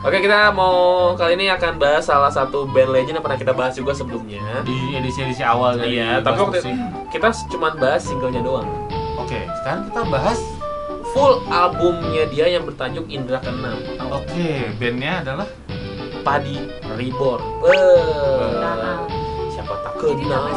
Oke, kita mau kali ini akan bahas salah satu band legend yang pernah kita bahas juga sebelumnya di edisi awal dari Iya, tapi Bahas waktu Musik. kita cuma bahas singlenya doang. Oke, sekarang kita bahas. Full albumnya dia yang bertajuk Indra Keenam. Oke, bandnya adalah Padi Reborn. Siapa tak kenal.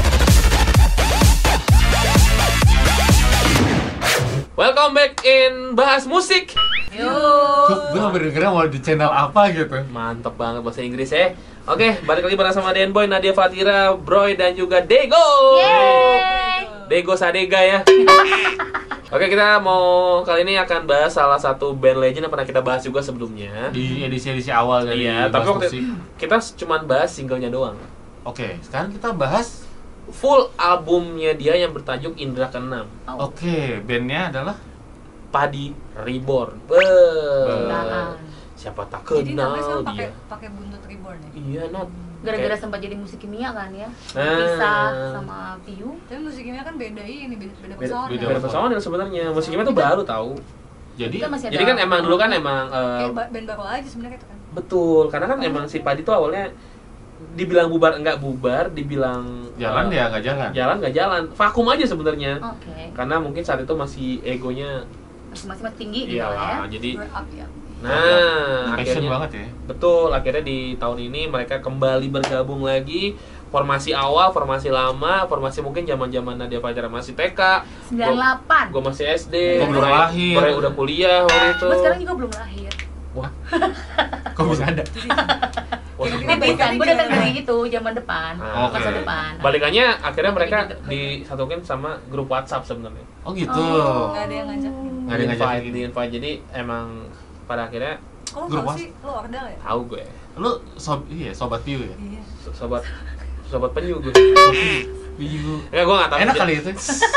Welcome back in Bahas Musik. gue bener-bener mau di channel apa gitu. Mantep banget bahasa Inggris ya. Oke, balik lagi bareng sama Denboy, Nadia Fatira, Broy, dan juga Dego. Yeay. Dego Sadega ya. Oke, kita mau kali ini akan bahas salah satu band legend yang pernah kita bahas juga sebelumnya. Di edisi awal dari Iya, tapi Bahas waktu Musik. kita cuma bahas singlenya doang. Oke, sekarang kita bahas. Full albumnya dia yang bertajuk Indra Keenam. Oke, bandnya adalah Padi Reborn. Siapa tak Jadi namanya kenal sekarang dia. pakai buntut reborn ya. Iya, Nat. Gara-gara sempat jadi musik kimia kan ya, Nah. pisah sama Piu. Tapi musik kimia kan beda ini, beda Beda pesona. beda personil sebenarnya. Musiknya tuh baru tahu. jadi Kita masih ada. Jadi kan emang dulu kan emang Kayak band baru aja sebenarnya itu kan. betul, karena kan emang si Padi tuh awalnya dibilang bubar enggak bubar, dibilang jalan ya nggak jalan. Jalan nggak jalan, vakum aja sebenarnya. Oke. Karena mungkin saat itu masih egonya Masih tinggi gitu lah ya. iyalah. Jadi Grow up ya. nah, Passion akhirnya banget ya. betul, akhirnya di tahun ini mereka kembali bergabung lagi. Formasi awal, formasi lama, formasi mungkin zaman-zaman Nadia Fajar masih TK. 98. Gue masih SD. Gua belum lahir. Gue udah kuliah waktu itu. Gue sekarang juga belum lahir. Wah, Kok bisa ada? wah, Bukan, gue datang dari itu zaman depan, Ah, masa oke. depan. balikannya akhirnya mereka Gitu. disatukan sama grup WhatsApp sebenarnya. Oh gitu. Nggak ada yang ngajak. Nggak ada yang ngajakin Di invite. Jadi emang pada akhirnya Kalau Grup tahu sih lo ordal ya? tahu gue, Lu sobat Piu ya? Iya. sobat penyu gue. Piu. Ya gue nggak tahu. Enak kali itu.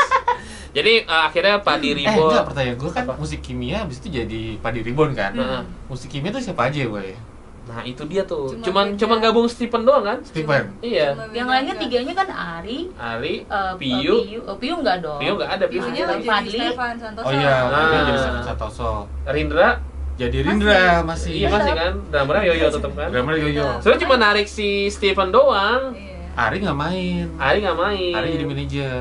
Jadi akhirnya Padi Reborn. Enggak, pertanyaan gue kan Apa? musik kimia habis itu jadi Padi Reborn kan. Heeh. Musik kimia tuh siapa aja gue? Nah itu dia tuh. Cuma Cuman beda. gabung Stephen doang kan? Stephen. Iya. Cuma Yang beda lainnya aja. tiganya kan Ari, Ali, Piu, Piu, Piu enggak dong. Piu nggak ada. Piu Piunya Bang jadi Fadli. Stefan Santoso. Oh iya, Nah. dia jadi Stephen Santoso. Rindra. Jadi Rindra masih. Iya masih kan. Drummernya Yoyo tetep kan. Drummer Yoyo. Soalnya cuma narik si Stephen doang. Iya. Ari nggak main. Ali nggak main. Ari jadi manajer.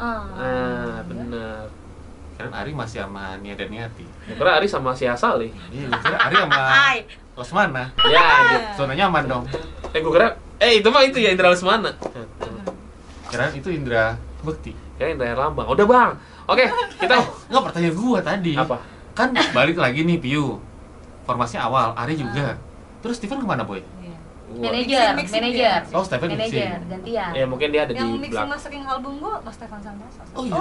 Ah, benar. Kan Ari masih sama Nia dan Niati. Kira Ari sama si Asal nih. Iya, gue kira Ari sama Hai. Lesmana. Ya, anjir. Zona nyaman dong. Gue kira itu mah itu ya Indra Lesmana. Kira itu Indra Bekti. Ya Indra Herlambang. Udah, Bang. Oke, kita Nggak, pertanyaan gua tadi. apa? Kan balik lagi nih Piu. Formasi awal, Ari juga. Terus Stephen kemana, Boy? Iya. Manajer, Mixing manajer. Oh, Stephen Manajer, mixing. gantian. Ya mungkin dia ada Yang di mixing belakang. mastering album gua Mas Stefan Santoso. Oh iya.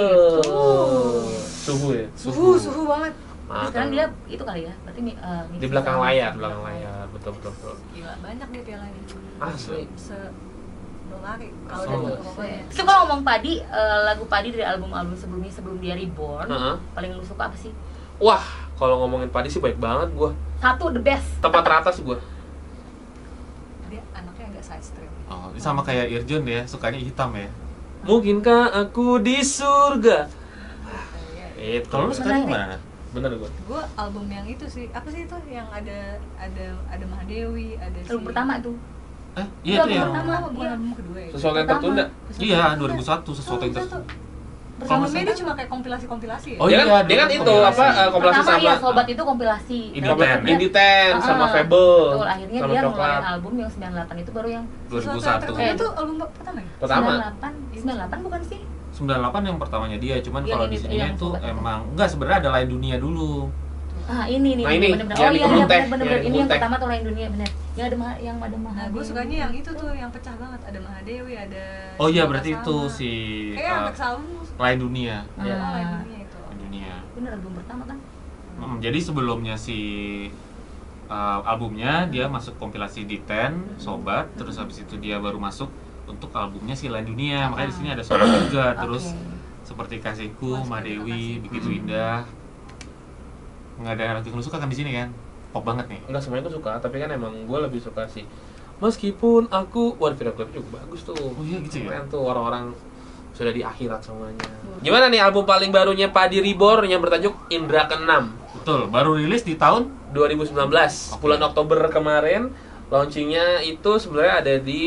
Suhu ya. Suhu banget. Terus sekarang dia itu kali ya, berarti di belakang layar, betul. Gila, banyak dia pialanya. Asli. Lari kalau Oh. udah pokoknya. Itu kalau ngomong Padi, lagu Padi dari album-album sebelumnya sebelum dia Reborn, Heeh. paling lu suka apa sih? Wah, kalau ngomongin Padi sih baik banget gua. Satu the best. Tempat teratas gua. Dia anaknya agak side stream. Oh, ini sama kayak Irjon ya, sukanya hitam ya. Mungkinkah aku di surga? Iya. Itu. Kalau lu sukanya Menarik. mana? Bener gua. Gue album yang itu sih, apa sih itu yang ada Mahadewi, ada Album pertama tuh. Iya itu Album yang pertama. bukan album kedua ya. Sesuatu yang tertunda. Iya, 2001 sesuatu yang tertunda. Sebelumnya dia cuma kayak kompilasi-kompilasi ya. Oh Dia iya, kan, dia kan dulu itu kompilasi. apa kompilasi Pertama sama ya Sobat itu kompilasi. Indie Sobat Ten. itu Indie Ten sama Ah, Fable. Betul, akhirnya sama dia Coklat. ngeluarin album yang 98 itu baru yang Sesuatu yang 2001. tertunda itu album pertama ya? Pertama. 98 bukan sih? 98 yang pertamanya dia, cuman Yang kalau ini- di sini yang itu Sobat itu. emang enggak, sebenarnya ada Lain Dunia dulu. Ah ini nih Nah, ini, bener-bener. yang Oh di iya kebun teh, bener-bener yang di ini kebun yang teh. pertama tuh Lain Dunia bener. Yang ada yang ada Nah, Mahadewi. gue sukanya yang itu tuh yang pecah banget. Ada Mahadewi, ada Oh iya, Cinta berarti Sama. itu si Kayaknya uh, Anak Salmu. Lain Dunia. Iya. Oh, Lain Dunia itu. Lain Dunia. Bener album pertama kan? Jadi sebelumnya si albumnya dia masuk kompilasi di Ten, Sobat, terus habis itu dia baru masuk untuk albumnya si Lain Dunia. Makanya di sini ada Sobat juga, terus Oke. seperti Kasihku, Wah, Madewi, Seperti Begitu Hmm. Indah. Nggak ada lagu yang lu suka kan di sini kan? Pop banget nih. Enggak semuanya gue suka, tapi kan emang gue lebih suka sih. Meskipun aku, wah video klip juga bagus tuh. Oh iya gitu ya? Keren tuh orang-orang sudah di akhirat semuanya. Gimana nih album paling barunya Padi Reborn yang bertajuk Indra Keenam? Betul, baru rilis di tahun 2019 Oke. bulan Oktober kemarin. Launchingnya itu sebenarnya ada di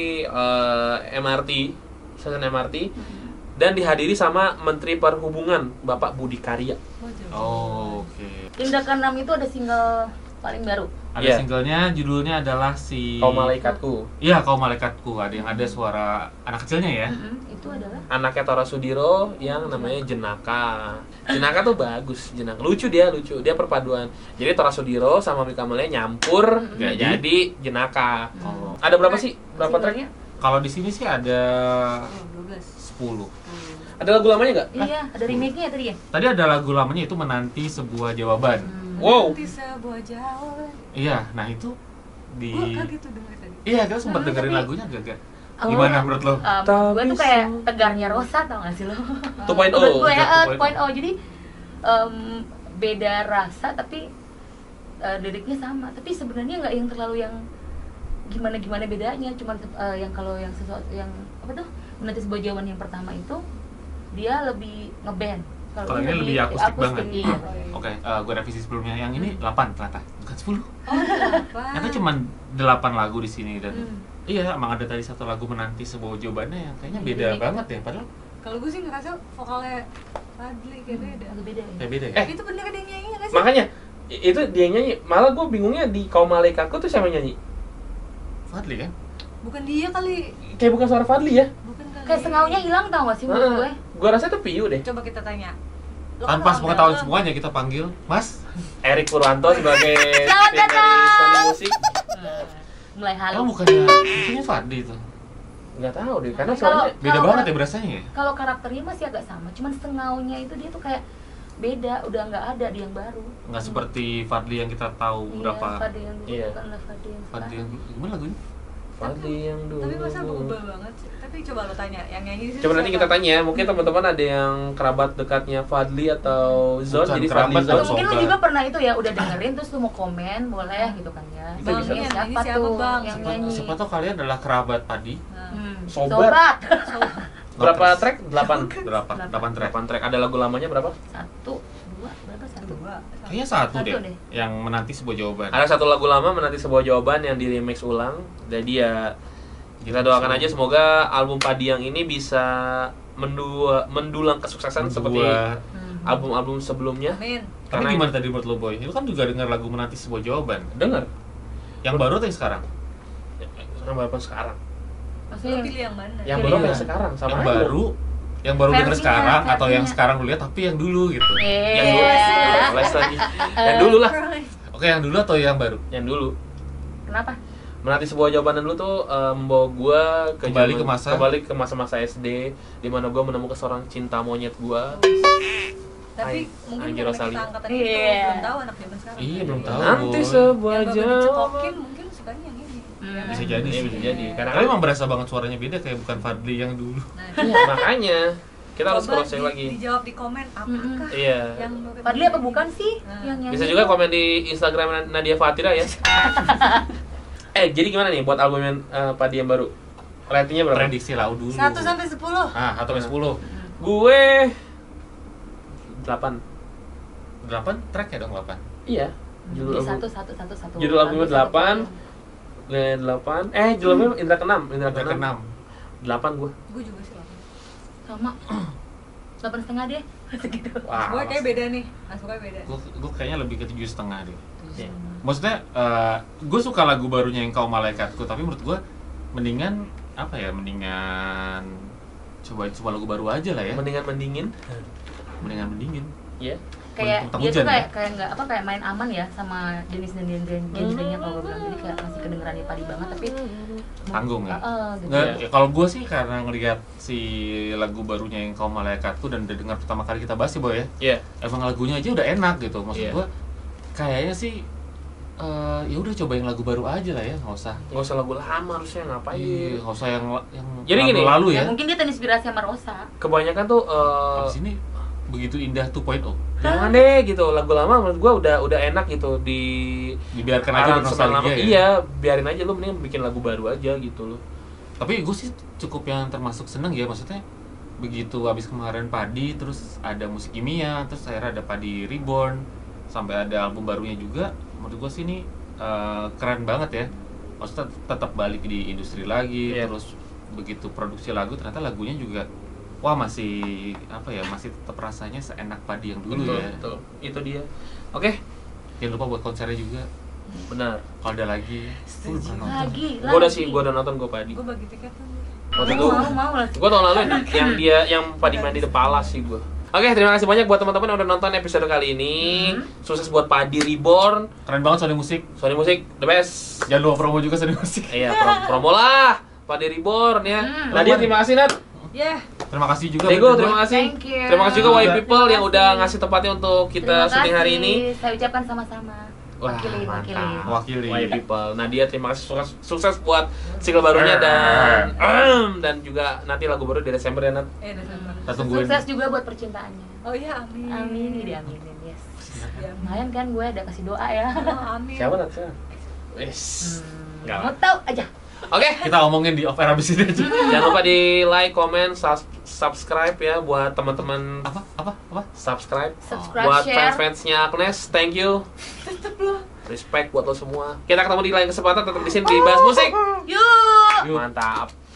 MRT, stasiun MRT, dan dihadiri sama Menteri Perhubungan Bapak Budi Karya. Oh, oke. Indra Keenam itu ada single paling baru. Ada Iya. singlenya, judulnya adalah si Kau Malaikatku. Iya, Kau Malaikatku. Ada yang ada suara anak kecilnya ya. Itu adalah Anaknya Tora Sudiro yang namanya Jenaka. Jenaka tuh bagus, Jenaka. Lucu dia. Dia perpaduan. Jadi Tora Sudiro sama Mika Melia nyampur nggak Jadi? jadi Jenaka. Oh. Ada berapa sih? Berapa track? singlenya? Kalau di sini sih ada 12. 10. Ada lagu lamanya nggak? Iya, ada remake-nya ya tadi ya. Tadi ada lagu lamanya itu Menanti Sebuah Jawaban. Wow. Nanti sebuah jawaban. Iya, nah itu di Gua kaget tuh denger tadi. Iya, kita sempat Tapi- dengerin lagunya agak-agak. Oh. Gimana menurut lo? Gue tuh kayak tegarnya Rosa, tau gak sih lo? 2.0. Menurut gue ya, 2.0. 2.0. Jadi beda rasa tapi liriknya sama. Tapi sebenarnya nggak yang terlalu yang gimana bedanya. Cuman yang kalau yang sesuatu yang apa tuh Menanti Sebuah Jawaban yang pertama itu dia lebih ngeband. Kalau ini lebih akustik banget. Iya. Oke, gue revisi sebelumnya. Yang ini 8 ternyata, bukan 10. Oh, apa? Ternyata cuma 8 lagu di sini dan Hmm. iya, emang ada tadi satu lagu Menanti Sebuah Jawabannya yang kayaknya beda Remake. banget ya, padahal Kalau gue sih ngerasa vokalnya Fadli kayak beda. Agak beda ya. kayak beda ya. Itu bener ada yang nyanyi nggak sih? Makanya itu dia nyanyi. Malah gue bingungnya di Kau Malaikatku tuh siapa yang nyanyi? Fadli kan? Bukan dia kali. Kayak bukan suara Fadli ya? Bukan kali. Kayak sengaunya hilang tau gak sih menurut gue? Gue rasa itu Piu deh. Coba kita tanya. Lo kan Tanpa orang sepengetahuan dalam. semuanya kita panggil Mas. Erik Purwanto sebagai Selamat tim dari datang. Sony Musik. Mulai Oh, halus. bukannya Fadli itu. Nggak tahu deh, karena Kalau- soalnya Beda Kalau banget ya karak- berasanya ya. Kalau karakternya masih agak sama, cuman sengaunya itu dia tuh kayak beda, udah nggak ada di yang baru. Nggak seperti Fadli yang kita tahu Iya, berapa. Fadli yang dulu Iya. bukanlah Fadli yang Fadli sekarang. yang gimana lagunya? Fadli yang dulu. Tapi masa berubah banget sih? Tapi coba lo tanya, yang nyanyi di situ Coba nanti siapa? kita tanya, mungkin teman-teman ada yang kerabat dekatnya Fadli atau Zon, Bukan jadi kerabat, Fadli Zon. Atau mungkin lu sobat. juga pernah itu ya udah dengerin terus lu mau komen boleh gitu kan ya. Itu bisa. Bang, Bang, ini siapa, tuh Bang? yang Siapa, nyanyi? siapa tahu kalian adalah kerabat Padi. Nah, Sobat. Berapa Notes. track? 8. 8 track. 8 track. Ada lagu lamanya berapa? Satu, dua, berapa satu? dua. Kayaknya satu Satu deh, deh. yang menanti sebuah jawaban. Ada satu lagu lama menanti sebuah jawaban yang di remix ulang. Jadi ya kita doakan aja semoga album Padi yang ini bisa mendulang kesuksesan seperti Dua. album-album sebelumnya. Amin. Tapi Karena gimana tadi menurut lo Boy? Lu kan juga dengar lagu menanti sebuah jawaban. Dengar. Yang baru atau yang sekarang? Sekarang berapa sekarang? Maksudnya Lo yang pilih yang mana? Yang Pilih belum yang yang sekarang sama yang aja. baru, yang baru denger Versinya, sekarang atau yang versinya. sekarang lu lihat tapi yang dulu gitu. Yang dulu. Iya. Les lagi. Yang dulu lah. Oke, yang dulu atau yang baru? Yang dulu. Kenapa? Menanti sebuah jawaban dulu tuh membawa gua Kembali ke masa? kembali ke masa-masa SD di mana gua menemukan seorang cinta monyet gua. Tapi mungkin Anjir karena Rosali. kita angkatan itu Iya. belum tahu anak zaman sekarang. Iya, belum tahu. Nanti Boy. sebuah Yang baru jawaban. dicekokin mungkin sukanya yang ini. Ya kan? Bisa jadi Iya, sih. bisa jadi. Karena Tapi emang berasa banget suaranya beda kayak bukan Fadli yang dulu. Nah, Iya, makanya kita harus coba cross check lagi. dijawab di komen apakah Iya. yang Fadli apa bukan sih Nah. yang nyanyi? Bisa juga komen di Instagram Nadia Fatira ya. Jadi gimana nih buat album yang Padi yang baru? Ratingnya berapa? Prediksi lah dulu. 1 sampai 10. Ah, 1 sampai 10. Gue 8. 8 track ya dong 8. Iya. Di Judul album, satu. judul albumnya 8. Gue 8. Judul albumnya Indra Keenam. Indra Track Keenam. 6. 8 gue. Gue juga sih 8. Sama. 8,5 deh. Segitu. Wah. Gue kayak beda nih. Masuknya beda. Gue kayaknya lebih ke 7,5 deh. Iya. Maksudnya gue suka lagu barunya yang Kau Malaikatku, tapi menurut gue mendingan apa ya? Mendingan coba lagu baru aja lah ya. Mendingan mendingin. Mendingin. Iya. Kayak Tentang dia tuh hujan, kayak nggak apa kayak main aman ya sama jenis-jenisnya kalau gue bilang, jadi kayak masih kedengerannya Padi banget tapi Tanggung ya? gitu. Nggak, Iya. ya, kalau gue sih karena ngelihat si lagu barunya yang Kau Malaikatku dan udah dengar pertama kali kita bahas sih Boy ya. Iya. Emang lagunya aja udah enak gitu. Maksud Iya. gue kayaknya sih ya udah cobain lagu baru aja lah ya, nggak usah. Nggak usah lagu lama harusnya ngapain. Iya, nggak usah yang Jadi gini, lalu Ya, ya. mungkin dia terinspirasi sama Rosa. Kebanyakan tuh Abis ini begitu indah 2.0. jangan deh gitu, lagu lama menurut gua udah enak gitu di Dibiarkan aja aransemen lama. bernostalgia ya. Iya, biarin aja, lu mending bikin lagu baru aja gitu loh. Tapi gue sih cukup yang termasuk seneng ya, maksudnya begitu abis kemarin Padi, terus ada musik kimia, terus akhirnya ada Padi Reborn, sampai ada album barunya juga. menurut gue sih ini keren banget ya. Maksudnya tetap balik di industri lagi, Iya. terus begitu produksi lagu ternyata lagunya juga wah masih apa ya, masih tetap rasanya seenak padi yang dulu Betul, ya. betul. Itu dia. Oke, Jangan lupa buat konsernya juga. benar. Kalau ada lagi, gue udah pernah nonton. Lagi. Gue udah nonton gue Padi. Gue bagi tiket tuh. Waktu itu Mau lah. gue tahun lalu yang Padi main di The Palace sih gue. Oke, terima kasih banyak buat teman-teman yang udah nonton episode kali ini. Sukses buat Padi Reborn. Keren banget Sony Musik. Sony Musik the best. Jangan lupa promo juga Sony Musik. Iya, promo lah. Padi Reborn ya. Nadia terima kasih Nat. Ya. Terima kasih juga. Diego buat terima kasih. Thank you. Terima kasih juga White Terima People yang kasih. udah ngasih tempatnya untuk kita Terima syuting hari kasih. ini. Saya ucapkan sama-sama. Wah, Wakili. mantap. Wakili. White People. Nadia terima kasih, sukses buat single barunya dan juga nanti lagu baru di Desember ya Nat. Desember. Kita tungguin. Sukses juga buat percintaannya. Oh iya, amin. Amin, diaminin, yes. Ya, amin. Lumayan kan gue ada kasih doa ya. Oh, amin. Siapa Nat? Wes. Enggak Mau lah. tahu aja. Oke. Kita omongin di off air abis ini aja. Jangan lupa di like, comment, subscribe ya buat teman-teman Apa? subscribe. Subscribe, Buat share. fans-fansnya Agnes, thank you. Respect buat lo semua. Kita ketemu di lain kesempatan tetap di sini di Bahas Musik. Yuk. Mantap.